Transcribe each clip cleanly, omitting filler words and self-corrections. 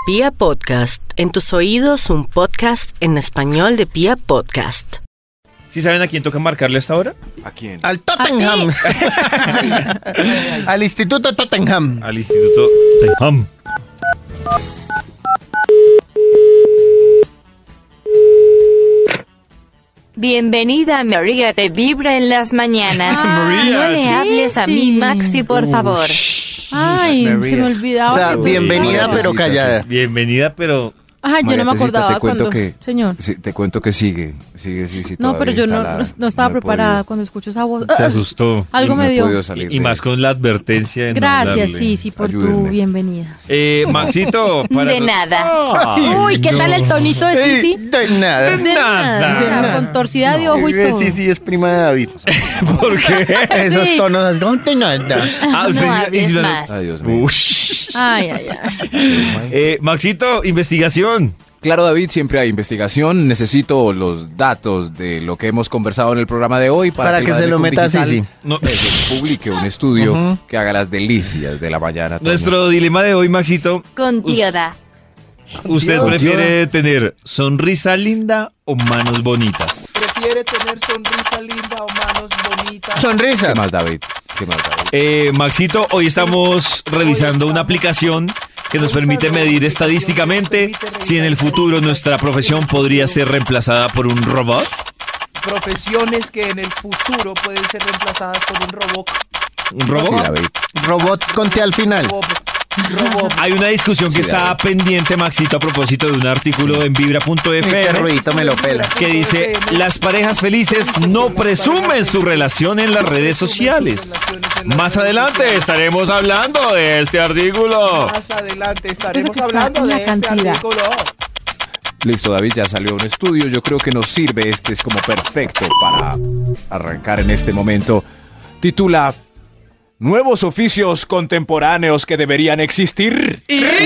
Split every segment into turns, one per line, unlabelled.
Pia Podcast, en tus oídos un podcast en español de Pia Podcast.
¿Sí saben a quién toca marcarle hasta ahora?
¿A quién?
Al Tottenham. Al Instituto Tottenham.
Al Instituto Tottenham.
Bienvenida, María, te vibra en las mañanas.
María,
No le
sí,
hables a mí, Maxi, por favor.
Ay,
María.
se me olvidaba.
O sea, bienvenida
sí,
pero
sí,
callada.
Bienvenida, pero...
Ay, yo no me
Mariatecita,
acordaba
te cuento
cuando...
que,
Señor.
Sí, te cuento que sigue.
No, pero yo no estaba preparada cuando escucho esa voz.
Se asustó.
Algo me dio.
Y más con la advertencia de no
Gracias,
hablarle.
sí, por tu
Ayúdenme.
bienvenida.
Maxito.
De nada.
Uy, ¿qué tal el tonito de Sisi?
De nada.
De nada. O sea, con torcida de ojo y todo.
Sí, es prima de David.
¿Por qué?
Esos
Sí.
tonos así, no de nada.
No hables más.
Ay, Dios mío.
Ush.
Ay, ay, ay.
Maxito, investigación.
Claro, David, siempre hay investigación. Necesito los datos de lo que hemos conversado en el programa de hoy
Para que
la
se lo
Telecom
meta a
Digital,
Sisi.
No.
publique un estudio
Ujú.
que haga las delicias de la mañana. Toño.
Nuestro dilema de hoy, Maxito.
Con Tioda.
¿Usted
Tío,
prefiere tener sonrisa linda o manos bonitas?
¿Prefiere tener sonrisa linda o manos bonitas?
Sonrisa.
¿Qué más, David? ¿Qué más, David?
Maxito, hoy estamos revisando una aplicación que nos permite medir estadísticamente si en el futuro nuestra profesión podría ser reemplazada por un robot.
Profesiones que en el futuro pueden ser reemplazadas por un robot.
¿Un
Sí,
robot?
David.
Robot conté al final.
Robot.
Hay una discusión que
Sí,
está
David.
pendiente, Maxito, a propósito de un artículo en
Ese
vibra.fr
ruidito me lo pela.
que dice, las parejas felices no presumen su relación en las redes sociales. Más adelante estaremos hablando de este artículo.
Más adelante estaremos
Eso que está
hablando
en la
de este
cantidad.
artículo.
Listo, David, ya salió un estudio. Yo creo que nos sirve. Este es como perfecto para arrancar en este momento. Titula Nuevos oficios contemporáneos que deberían existir.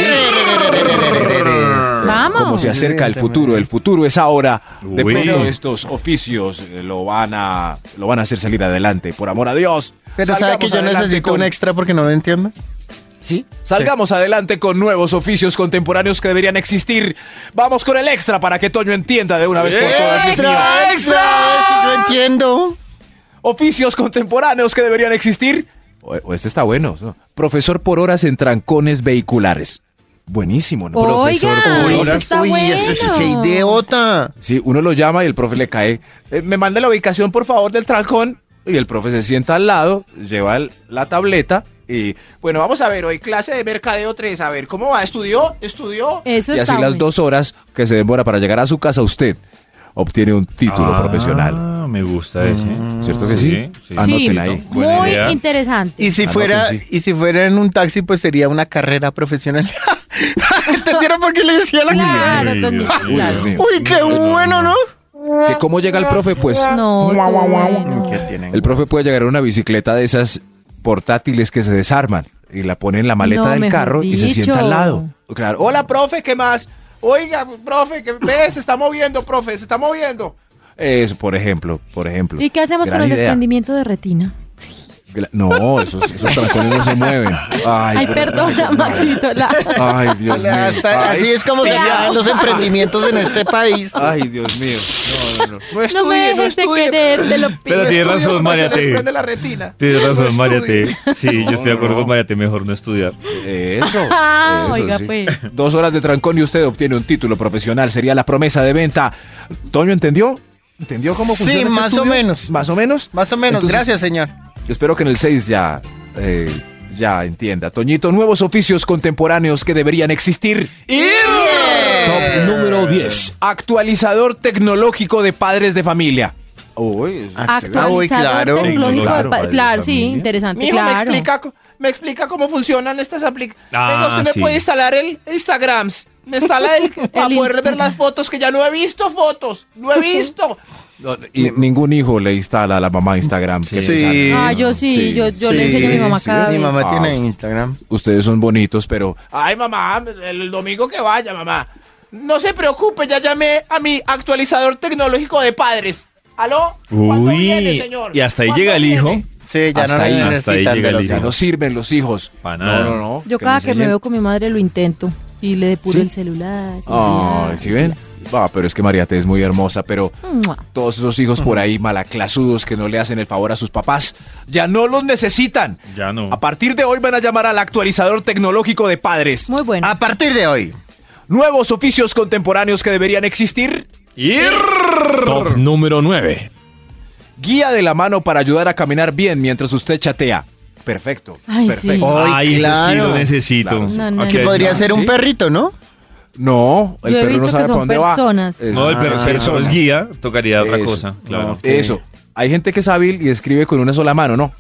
Vamos.
Como se acerca el futuro es ahora. De
Uy.
pronto estos oficios lo van a hacer salir adelante. Por amor a Dios.
Pero ¿sabe
Salgamos
que yo
adelante
necesito
con-
un extra porque no lo entiendo?
¿Sí? Salgamos adelante con nuevos oficios contemporáneos que deberían existir. Vamos con el extra para que Toño entienda de una vez por todas. Dios mío.
¡Extra! Si yo entiendo.
Oficios contemporáneos que deberían existir. O este está bueno, ¿no? Profesor por horas en trancones vehiculares. Buenísimo, ¿no? Profesor
Oiga,
por
eso
horas.
está bueno.
ese es idiota.
Sí, uno lo llama y el profe le cae. Me manda la ubicación, por favor, del trancón. Y el profe se sienta al lado, lleva la tableta y...
Bueno, vamos a ver hoy clase de mercadeo 3. A ver, ¿cómo va? ¿Estudió?
Eso
Y
está
así las
bueno.
2 horas que se demora para llegar a su casa, usted obtiene un título profesional.
Me gusta ese.
¿Cierto que sí?
Sí.
Anoten
Sí,
ahí.
Buena
muy
idea.
interesante.
Y si fuera en un taxi, pues sería una carrera profesional. ¿Entendieron por qué le decía la
Claro,
Uy,
Toñito,
Dios mío.
claro.
mío.
Uy, qué bueno, ¿no?
¿Que cómo llega el profe? Pues
No, estuvo bueno.
¿Qué tienen?
el profe puede llegar a una bicicleta de esas portátiles que se desarman y la pone en la maleta
No,
del
mejor
carro y se
dicho.
sienta al lado. Claro.
Hola, profe, ¿qué más? Oiga, profe, que ve, se está moviendo, profe, se está moviendo.
Eso, por ejemplo.
¿Y qué hacemos
Gran
con el
idea.
desprendimiento de retina?
No, esos trancones no se mueven.
Ay, perdona, Maxito.
Ay, Dios mío.
Hasta
Ay,
así es como se llaman los emprendimientos en este país.
Ay, Dios mío. No.
No
No me
estudie, no
dejes de
estudie.
querer, te lo pido.
Pero tiene razón,
Se
María
le
T.
desprende la retina.
Tienes razón,
No
María
estudie.
T. Sí, yo estoy de acuerdo con María T. Mejor no estudiar.
Eso.
Ah,
eso,
oiga,
sí.
pues.
2 horas de trancón y usted obtiene un título profesional. Sería la promesa de venta. ¿Toño entendió? ¿Entendió cómo
Sí,
funciona este
más o
estudio?
menos.
¿Más o menos?
Más o menos,
Entonces,
gracias, señor.
Espero que en el 6 ya entienda. Toñito, nuevos oficios contemporáneos que deberían existir.
Top número 10.
Actualizador tecnológico de padres de familia. Uy,
Actualizador
Uy, claro.
tecnológico
Claro,
de
padre de
claro, sí,
familia.
interesante,
Mijo,
claro.
me explica cómo funcionan estas aplicaciones.
Ah,
Venga, usted me
sí.
puede instalar el Instagrams. Me instala el para poder ver
Instagram.
las fotos que ya no he visto fotos. No he visto.
y ningún hijo le instala a la mamá Instagram.
Sí.
¿Qué
Sí.
pensaron?
Ah, yo sí,
Sí,
yo le enseño a mi mamá cada
Mi
vez.
mamá tiene
Ah,
Instagram.
Ustedes son bonitos, pero
Ay, mamá, el domingo que vaya, mamá. No se preocupe, ya llamé a mi actualizador tecnológico de padres. ¿Aló? ¿Cuándo viene,
Uy,
señor?
y hasta ahí
¿Cuándo
llega el hijo.
viene?
Sí, ya
Hasta
no
ahí,
hasta ahí
necesitan
llega
de
el
los
hijo.
ya
hijos.
no sirven los hijos.
Pa' nada.
No.
Yo cada que me
enseñen.
veo con mi madre lo intento. Y le depuro el celular.
Ay, ¿sí ven? Pero es que Mariate es muy hermosa, pero todos esos hijos por ahí malaclasudos que no le hacen el favor a sus papás, ya no los necesitan.
Ya no.
A partir de hoy van a llamar al actualizador tecnológico de padres.
Muy bueno.
A partir de hoy.
Nuevos oficios contemporáneos que deberían existir.
Top número 9.
Guía de la mano para ayudar a caminar bien mientras usted chatea. Perfecto.
Ay,
perfecto.
sí.
Ay,
claro.
eso sí lo necesito.
Claro, sí.
No,
Aquí-
Podría ser un
¿Sí?
perrito, ¿no?
No, el
Yo he
perro no
visto
sabe
que
para
son
dónde
personas.
va.
No, el perro
personas.
es guía, tocaría otra
Eso.
cosa. Claro.
No.
Eso. Hay gente que es hábil y escribe con una sola mano, ¿no?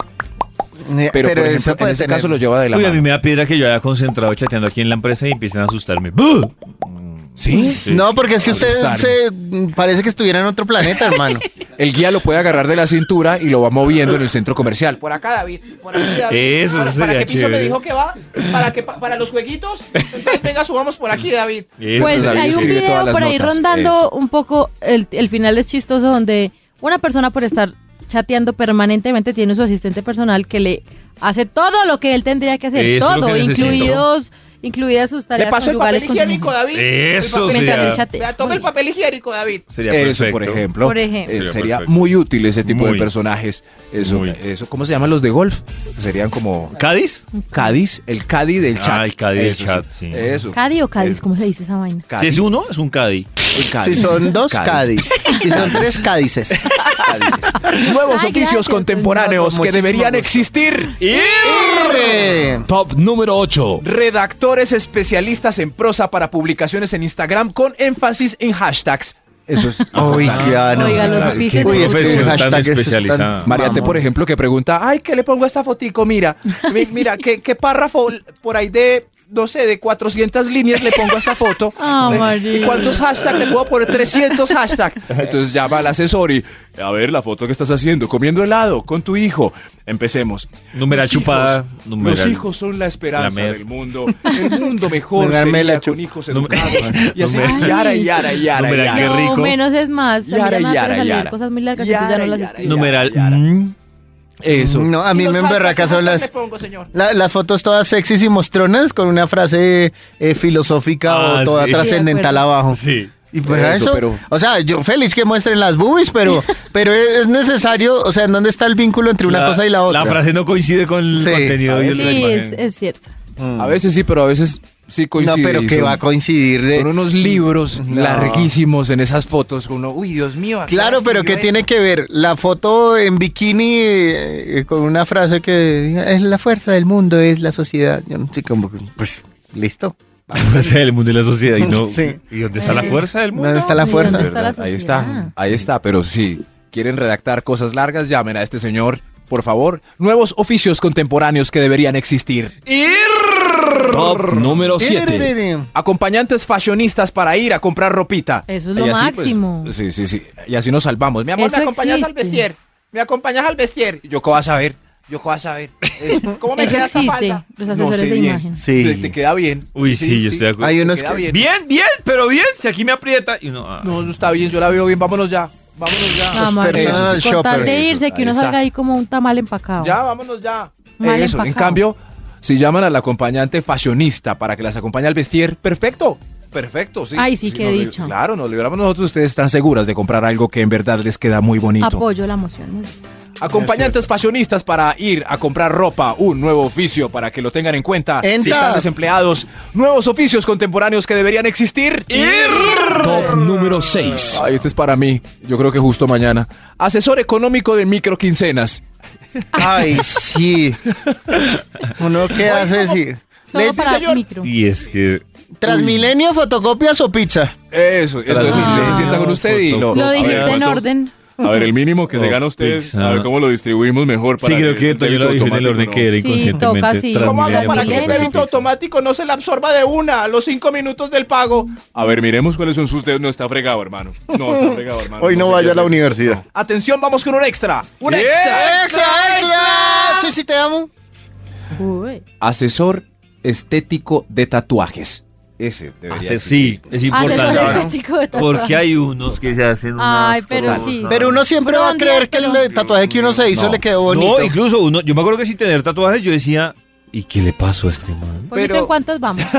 Pero por ejemplo,
eso
en
puede
ese
tener-
caso lo lleva de la
Uy, a mí
mano.
me da piedra que yo haya concentrado chateando aquí en la empresa y empiecen a asustarme. ¡Buh!
¿Sí?
Sí.
No, porque es que usted
Asustarme.
parece que estuviera en otro planeta, hermano.
El guía lo puede agarrar de la cintura y lo va moviendo en el centro comercial.
Por acá, David. Por aquí, David.
Eso
¿Para
sería
qué piso
chévere.
me dijo que va? ¿Para los jueguitos? Entonces, venga, subamos por aquí, David.
Eso,
Pues
David
hay un
escribe todas
video
las
por ahí
notas,
rondando
eso.
un poco, el final es chistoso, donde una persona por estar chateando permanentemente tiene su asistente personal que le hace todo lo que él tendría que hacer,
Eso es lo
todo,
que necesito.
incluidas sus
Le
tareas
paso el papel
conyugales con su
higiénico,
mujer.
David.
Eso
El papel-
Mientras
sería-
él chatea.
Vea, tome el papel higiénico, David.
sería
Eso,
perfecto.
por ejemplo.
Por ejemplo.
Sería
Sería
perfecto.
muy útil ese tipo de
Muy.
personajes. Eso,
Muy.
eso, ¿cómo se llaman los de golf? Serían como
¿Cádiz?
Cádiz, el Caddy del chat.
Ah, el Caddy del
Eso
chat, sí.
Eso.
¿Cadi o Cádiz?
Eso.
¿Cómo se dice esa vaina?
Caddy.
Si es uno, es un Cádiz.
El
Si
Cádiz.
son dos
Cádiz.
Cádiz. Si son tres Cádices.
Cádices. Nuevos
Ay,
oficios
gracias.
contemporáneos que
Muchísimo
deberían
gusto.
existir.
Top número 8.
Redactores especialistas en prosa para publicaciones en Instagram con énfasis en hashtags. Eso es.
Uy, claro.
Oiga, los oficios
Uy,
de-
es que
Profesión
un
tan
hashtag es
especializada.
tan-
Mariate,
vamos.
por ejemplo, que pregunta, ay, ¿qué le pongo a esta fotico? Mira, mira, ¿qué párrafo por ahí de, no sé, de 400 líneas le pongo a esta foto?
Ah,
¿Y
María.
cuántos hashtags le puedo poner? 300 hashtags. Entonces llama al asesor y, a ver, la foto que estás haciendo, comiendo helado con tu hijo. Empecemos.
Numeral
Los hijos-
chupada, numeral-
Los hijos son la esperanza
lamer.
del mundo. El mundo mejor
Numeral
sería
mela
con
chu-
hijos educados. Y así,
numeral-
yara, yara, yara,
Numeral
yara.
qué
No,
rico.
menos es más. A mí
Yara,
ya me da
yara,
pereza leer
yara.
cosas muy largas,
Yara,
entonces ya no las
yara,
escribo.
Numeral.
Yara. Eso.
No, a mí
¿Y los
me
hashtags,
emberraca
qué
son
hashtags
las,
le pongo, señor?
las fotos todas sexys y mostronas con una frase filosófica
Ah,
o toda
sí.
trascendental
Sí, de
abajo.
Sí.
Y para
Eso,
eso,
pero-
o sea, yo feliz que muestren las boobies, pero es necesario, o sea, ¿en dónde está el vínculo entre una cosa y la otra?
La frase no coincide con el
Sí.
contenido.
A
de
veces
la
Sí,
imagen.
es cierto.
A veces sí, pero a veces sí
No,
coincide.
pero
y
que
son-
va a coincidir de...
Son unos libros
No.
larguísimos en esas fotos. Uno, uy, Dios mío. ¿a qué
Claro,
hora
pero ¿qué
escribió
tiene
eso?
que ver la foto en bikini con una frase que diga, es la fuerza del mundo, es la sociedad? Yo no sé cómo, pues, listo.
La fuerza del mundo y la sociedad. Y, no,
Sí.
¿Y dónde está la fuerza del mundo?
¿Dónde está la
¿Y
fuerza?
dónde está la
Ahí
sociedad?
está, pero si quieren redactar cosas largas, llamen a este señor, por favor. Nuevos oficios contemporáneos que deberían existir.
Top número 7.
Acompañantes fashionistas para ir a comprar ropita.
Eso es
Y
lo
así, pues,
máximo.
sí. Y así nos salvamos. Mi amor,
Eso
¿Me acompañas al
existe.
vestier? ¿Me acompañas al vestier?
¿yo qué vas a ver? ¿Yo qué vas a ver?
¿Cómo me
Eso
queda esa
existe,
falda?
los
No
asesores
sé
de
bien.
imagen.
Sí.
Te queda bien.
Uy, sí, yo estoy de acuerdo.
Hay
Te
unos
queda
que...
bien.
Bien, pero bien. Si aquí me aprieta. Y uno, ah.
No, está bien, yo la veo bien. Vámonos ya. Vámonos ya.
No, María,
personal
con tal
shopper,
de
eso,
irse, que
ahí
uno
está.
salga ahí como un tamal empacado.
Ya, vámonos ya.
Mal
Eso, en
empacado.
cambio, si llaman al acompañante fashionista para que las acompañe al vestir, perfecto. Perfecto, sí.
Ay, sí, qué
nos
dicho.
Claro, nos libramos nosotros. Ustedes están seguras de comprar algo que en verdad les queda muy bonito.
Apoyo la moción. Muy bien.
Acompañantes fashionistas para ir a comprar ropa, un nuevo oficio para que lo tengan en cuenta.
Entra.
Si están desempleados, nuevos oficios contemporáneos que deberían existir.
Top número 6.
Ay, este es para mí. Yo creo que justo mañana. Asesor económico de microquincenas.
Ay, sí. Uno qué hace decir.
Solo
Les
para
señor.
micro.
Y es que.
Transmilenio, fotocopias o pizza.
Eso, entonces
Ah.
se sienta con usted y lo...
Lo
a ver,
dijiste en
¿cuánto?
orden.
A ver, el mínimo que se
Oh,
gana usted,
pizza.
a ver cómo lo distribuimos mejor para
Sí, creo que
el
Toño
débito
lo dije en el
automático,
orden
¿no?
que era
Sí,
inconscientemente.
toca, sí.
¿Cómo hago para que el
Transmilenio,
débito automático no se le absorba de una a los 5 minutos del pago?
A ver, miremos cuáles son sus dedos. No está fregado, hermano. No está fregado, hermano.
Hoy no
sé
vaya
qué
a la
hacer.
universidad.
Atención, vamos con un extra. ¡Un
¡Yeah!
extra!
¡Extra! Sí, sí, te amo.
Uy.
Asesor estético de tatuajes. Ese debería
Sí,
existir.
es
Asesor
importante.
estético de
Porque
tatuaje.
hay unos que se hacen unas
Ay, pero
cosas.
sí.
Pero uno siempre va a creer que el
Frondiátelo.
tatuaje que uno se hizo
No.
le quedó bonito.
No, incluso uno, yo me acuerdo que sin tener tatuajes yo decía, ¿y qué le pasó a este man?
Pollito,
pero-
¿en cuántos vamos?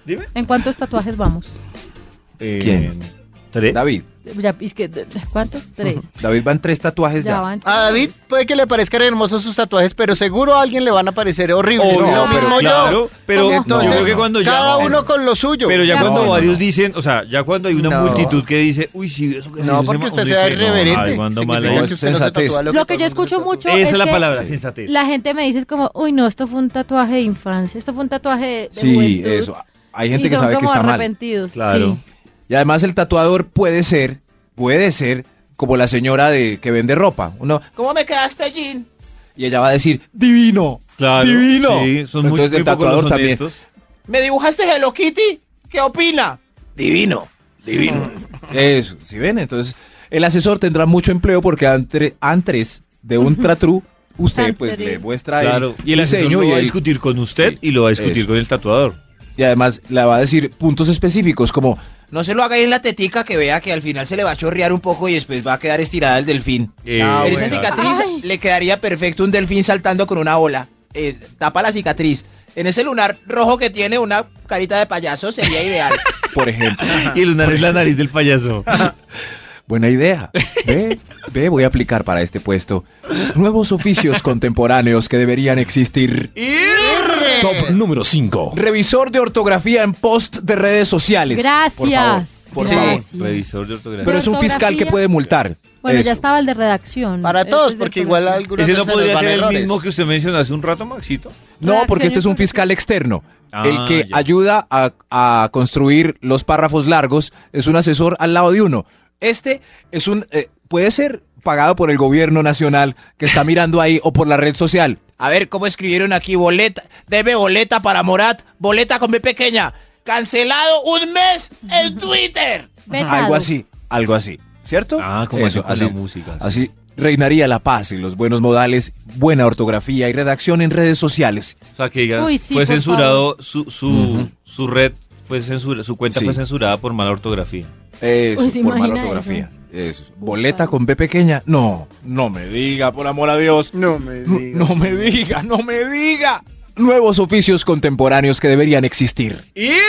Dime.
¿En cuántos tatuajes vamos?
¿Quién?
3.
David.
Ya, es que, ¿cuántos? 3.
David van 3 tatuajes ya.
van.
A David puede que le parezcan hermosos sus tatuajes, pero seguro a alguien le van a parecer horribles.
Obvio,
Lo
pero
mismo
claro, pero
Entonces,
yo creo que cuando
cada
ya...
uno con lo suyo.
Pero ya
Ya.
cuando
No,
varios
no.
dicen, o sea, ya cuando hay una
No.
multitud que dice, uy, sí, eso que
No,
dice
porque
ese
usted
uno
sea
dice, no,
irreverente.
ay, cuando mal
Significa
es.
que usted no se
Sensatez.
tatúa
Lo que
todo
yo
el mundo
escucho
se tatúa.
mucho
Esa es la
que
palabra, sensatez.
la gente me dice es como, uy, no, esto fue un tatuaje de infancia, esto fue un tatuaje de
Sí,
juventud.
eso. Hay gente
Y
que
son
sabe que
como
está mal.
arrepentidos.
Claro.
Sí.
Y además el tatuador puede ser como la señora que vende ropa.
¿Cómo me quedaste, Jean?
Y ella va a decir, divino,
Claro,
divino.
sí, son muy,
Entonces
muy
el
pocos
tatuador
los
también.
honestos.
¿Me dibujaste Hello Kitty? ¿Qué opina?
Divino, divino. Eso, ¿sí ven? Entonces el asesor tendrá mucho empleo porque antes de un tratru, usted pues
Antes.
le muestra
Claro, y el asesor
diseño
lo va a
él-
discutir con usted
Sí,
y lo va a discutir
eso.
con el tatuador.
y además le va a decir puntos específicos como
No se lo haga ahí en la tetica que vea que al final se le va a chorrear un poco y después va a quedar estirada el delfín. En esa
bueno.
cicatriz
Ay.
le quedaría perfecto un delfín saltando con una ola. Tapa la cicatriz. En ese lunar rojo que tiene una carita de payaso sería ideal.
por ejemplo.
Y el lunar es la nariz del payaso.
Buena idea. Ve, voy a aplicar para este puesto nuevos oficios contemporáneos que deberían existir.
Top número 5.
Revisor de ortografía en post de redes sociales.
Gracias.
Por
Gracias.
favor.
Revisor de ortografía.
Pero es un fiscal que
ortografía.
puede multar.
Bueno,
Eso.
ya estaba el de redacción.
Para
Este
todos,
es de
porque igual
ortografía.
algunos
Ese no
veces nos
podría
van
ser el
errores.
mismo que usted mencionó hace un rato, Maxito.
No, porque este es un
Redacción y
fiscal externo.
Ah,
El que
ya.
ayuda a construir los párrafos largos es un asesor al lado de uno. Este es puede ser pagado por el gobierno nacional que está mirando ahí o por la red social.
A ver, ¿cómo escribieron aquí? Boleta, debe boleta para Morat, boleta con B pequeña. Cancelado un mes en Twitter.
Vetado.
Algo así, ¿cierto?
Ah, como
Eso,
así con la música.
Así reinaría la paz y los buenos modales, buena ortografía y redacción en redes sociales.
O sea, que diga,
Uy, sí,
fue
por
censurado, su red fue censurada, su cuenta
Sí.
fue censurada por mala ortografía.
Eso,
Uy, ¿se
por mala
imagina
ortografía. Eso. Boleta con B pequeña. No me diga, por amor a Dios.
No me digas.
No me diga, no me diga. Nuevos oficios contemporáneos que deberían existir.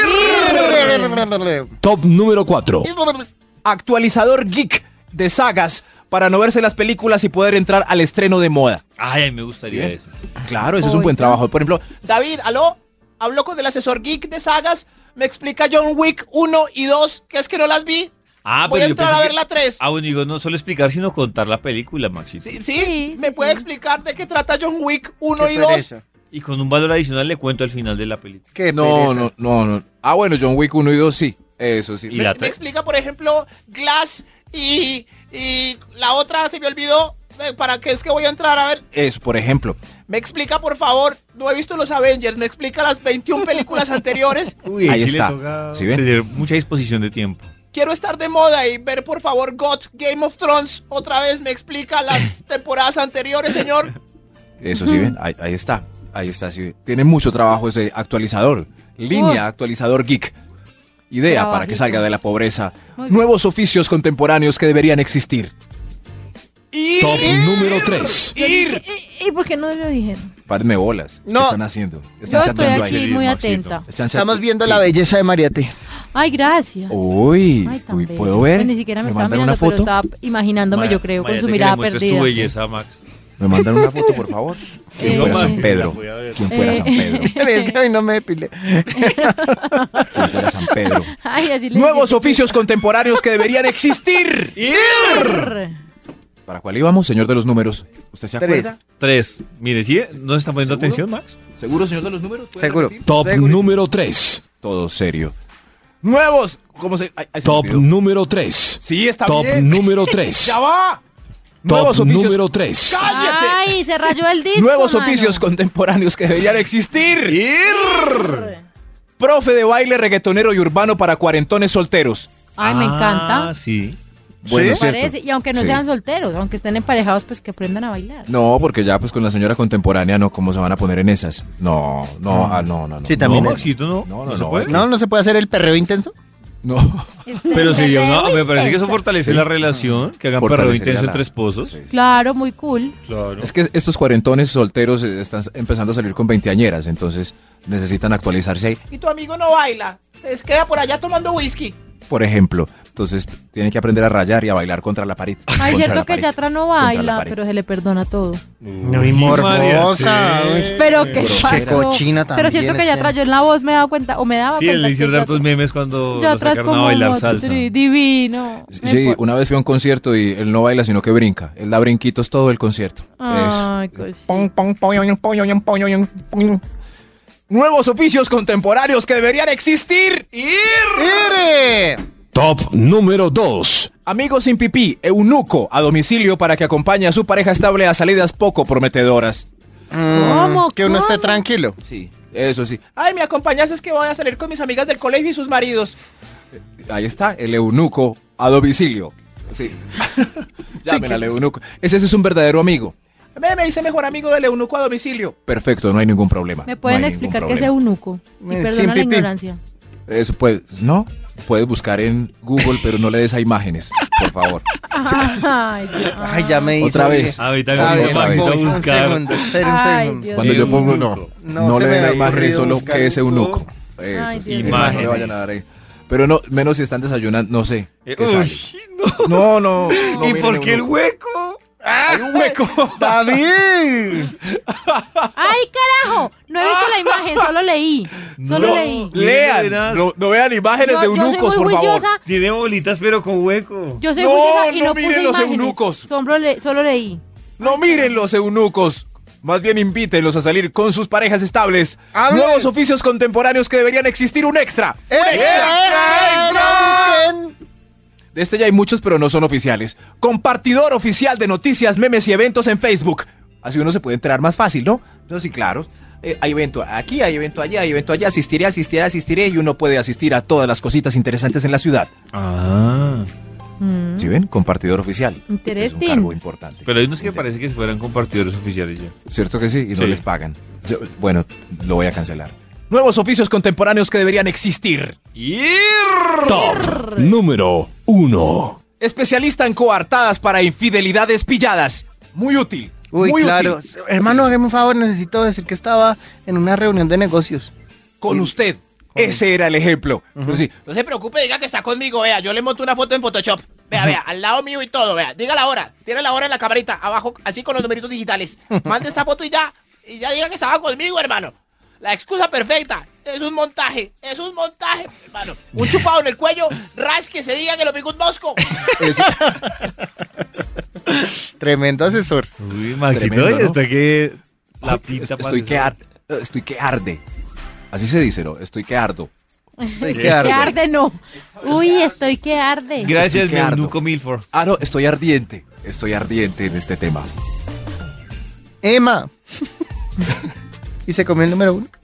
Top número 4.
Actualizador geek de sagas para no verse las películas y poder entrar al estreno de moda.
Ay, me gustaría
¿Sí?
eso.
Claro, ese es un buen
Oiga.
trabajo. Por ejemplo,
David, ¿aló? Habló con el asesor geek de sagas. Me explica John Wick 1 y 2, que es que no las vi.
Ah,
Voy a
pero yo
entrar
pensé
a ver
que-
la 3.
Ah, bueno, digo, no solo explicar, sino contar la película, Maxito.
¿Sí?
Sí,
¿Me
sí,
puede
sí.
explicar de qué trata John Wick 1 y
Qué
2?
pereza.
Y con un valor adicional le cuento al final de la película.
Qué
no.
pereza.
Ah, bueno, John Wick 1 y 2 sí. Eso sí.
Y la
Me
tres.
explica, por ejemplo, Glass y la otra se me olvidó. ¿Para qué es que voy a entrar a ver?
Eso, por ejemplo.
Me explica, por favor. No he visto los Avengers. Me explica las 21 películas anteriores.
Uy,
Ahí
sí
está.
le toca
¿Sí ven?
tener mucha disposición de tiempo.
Quiero estar de moda y ver, por favor, Game of Thrones. Otra vez me explica las temporadas anteriores, señor.
Eso sí ven. Ahí está. Ahí está. Sí. Tiene mucho trabajo ese actualizador. Línea actualizador geek. Idea para que
Trabajito.
salga de la pobreza.
Muy bien.
Nuevos oficios contemporáneos que deberían existir.
Top número 3.
¿Y por qué no lo dijeron?
Párenme bolas.
No.
¿Qué están haciendo?
Yo
Están
estoy
chateando
aquí
ahí.
muy
Maxito.
atenta.
Están
Estamos viendo
sí.
la belleza de Mariate.
Ay, gracias.
Uy,
Ay, tan
uy,
bello.
¿puedo ver?
Pues ni siquiera me estaba
mandan
mirando,
una foto?
pero estaba imaginándome, yo creo, con
Imagínate
su
que
mirada
le muestres
perdida.
tu belleza, Max.
¿Me mandan una foto, por favor? ¿Quién
Eh,
fuera
no,
San
man.
Pedro?
Voy a ver.
¿Quién fuera San Pedro?
Es que hoy no me depilé.
¿Quién fuera San Pedro?
Ay, así le
Nuevos
dije.
oficios contemporáneos que deberían existir. ¿Para cuál íbamos, señor de los números? ¿Usted se
Tres.
acuerda?
3. Mire, ¿sí? ¿No se está poniendo
¿Seguro?
atención, Max?
¿Seguro, señor de los números? ¿Puede
Seguro.
repetir?
Top
Seguro.
número 3.
Todo serio. Nuevos. ¿Cómo se...? Ay, se me
Top
olvidó.
número 3.
Sí, está
Top
bien.
número 3.
¡Ya va!
Top
Nuevos oficios...
número 3.
¡Cállese!
Ay, se rayó el disco,
Nuevos
mano.
oficios contemporáneos que deberían existir. Profe de baile reggaetonero y urbano para cuarentones solteros.
Ay, me encanta.
Ah, sí.
Bueno,
Me
¿cierto?
parece. Y aunque no
Sí.
sean solteros, aunque estén emparejados, pues que aprendan a bailar.
No, porque ya pues con la señora contemporánea no, ¿cómo se van a poner en esas? No.
Sí,
No,
también es.
Maxito, no.
No, no,
se
no.
puede.
¿No se puede hacer el perreo intenso?
No.
Pero sería una, me parece que eso
intensa.
fortalece
Sí.
la relación, que hagan perreo
Fortalecería
intenso
la-
entre esposos.
Sí, sí.
Claro, muy cool.
Claro.
Es que estos cuarentones solteros están empezando a salir con veinteañeras, entonces necesitan actualizarse ahí,
Y tu amigo no baila. Se queda por allá tomando whisky.
por ejemplo. Entonces tienen que aprender a rayar y a bailar contra la pared.
Ay,
Contra
cierto
la
que
pared.
Yatra no
Contra la
baila,
pared.
pero se le perdona todo.
Muy
Uy,
morbosa.
María,
Uy,
sí.
Pero qué
grosera.
pasó.
Se cochina
Pero
también,
cierto que
es
Yatra,
que-
yo en la voz me daba cuenta, o me daba
Sí,
cuenta
le
que
hicieron hartos memes cuando lo
Yatra es
sacaron a
como
bailar
un
salsa.
divino.
Sí, una vez fui a un concierto y él no baila, sino que brinca. Él da brinquitos todo el concierto.
Ay, cosita.
Pon, pon, pon, pon, pon, pon, pon. Nuevos oficios contemporáneos que deberían existir.
¡Mire!
Top número 2.
Amigo sin pipí, eunuco, a domicilio para que acompañe a su pareja estable a salidas poco prometedoras.
¿Cómo?
Que uno esté
¿Cómo?
tranquilo.
Sí, eso sí.
Ay, ¿me acompañas? Es que voy a salir con mis amigas del colegio y sus maridos.
Ahí está, el eunuco a domicilio. Sí. Llamen al eunuco. Ese es un verdadero amigo.
Me hice mejor amigo del eunuco a domicilio.
Perfecto, no hay ningún problema.
¿Me pueden
No hay
explicar
ningún
qué es
problema.
eunuco? Y
Sin
perdona la
pipí.
ignorancia.
Eso puedes, ¿no? Puedes buscar en Google, pero no le des a imágenes, por favor.
Ay, Dios.
Ay, ya me hizo.
Otra
oye.
vez.
Ahorita
A
me
ver,
otra vez.
vamos a
un
buscar.
segundo, espera un
Ay,
segundo.
Dios.
Cuando yo pongo
Eunuco.
no
se
le
me
den a
había
imágenes,
ocurrido
solo
buscar
que es eunuco.
Ay,
Eso
Dios
sí,
mío.
no le vayan a dar ahí. Pero no, menos si están desayunando, no sé. ¿Qué sale?
Uy,
No, no. no
¿Y
miren
por qué el
eunuco.
hueco?
Hay un hueco.
¡David!
¡Ay, carajo! No he visto la imagen, solo leí. Solo
No.
leí.
Lean,
Verás.
no vean imágenes de
Yo soy
eunucos,
muy
por favor.
juiciosa.
Tiene bolitas pero con hueco.
Yo soy
No,
juiciosa y
no
no
miren
puse
los
imágenes.
eunucos.
Solo leí.
No miren los eunucos. Más bien invítenlos a salir con sus parejas estables.
¡Hables!
Nuevos oficios contemporáneos que deberían existir un extra.
¡Extra! ¡Busquen!
De este ya hay muchos, pero no son oficiales. Compartidor oficial de noticias, memes y eventos en Facebook. Así uno se puede enterar más fácil, ¿no? No, sí, claro. Hay evento aquí, hay evento allá, hay evento allá. Asistiré y uno puede asistir a todas las cositas interesantes en la ciudad.
Ah.
¿Sí ven? Compartidor oficial. Es un
Interesting.
cargo importante.
Pero hay unos que parece que fueran compartidores oficiales ya.
¿Cierto que sí? Y no
Sí.
les pagan. Bueno, lo voy a cancelar. Nuevos oficios contemporáneos que deberían existir.
Top número 1.
Especialista en coartadas para infidelidades pilladas. Muy útil.
Uy,
muy
claro.
útil.
Hermano,
Sí, sí.
hágame un favor, necesito decir que estaba en una reunión de negocios.
Con usted. Ese era el ejemplo. Pero sí,
No se preocupe, diga que está conmigo, vea. Yo le monto una foto en Photoshop. Vea, al lado mío y todo, vea. Diga la hora. Tiene la hora en la camarita, abajo, así con los numeritos digitales. Mande esta foto y ya diga que estaba conmigo, hermano. La excusa perfecta. Es un montaje, hermano. Un chupado en el cuello, que se diga que lo picó un mosco.
eso.
Tremendo asesor.
Uy, Maxito,
Tremendo,
y
¿no?
hasta que la pinta
Estoy que arde. Así se dice, ¿no? Estoy que ardo.
Estoy
Que
que arde.
arde, no. Uy, estoy que arde.
Gracias,
Estoy que ardo.
Eunuco Milford.
Ah, no, estoy ardiente. Estoy ardiente en este tema.
Emma. ¿Y se comió el número 1?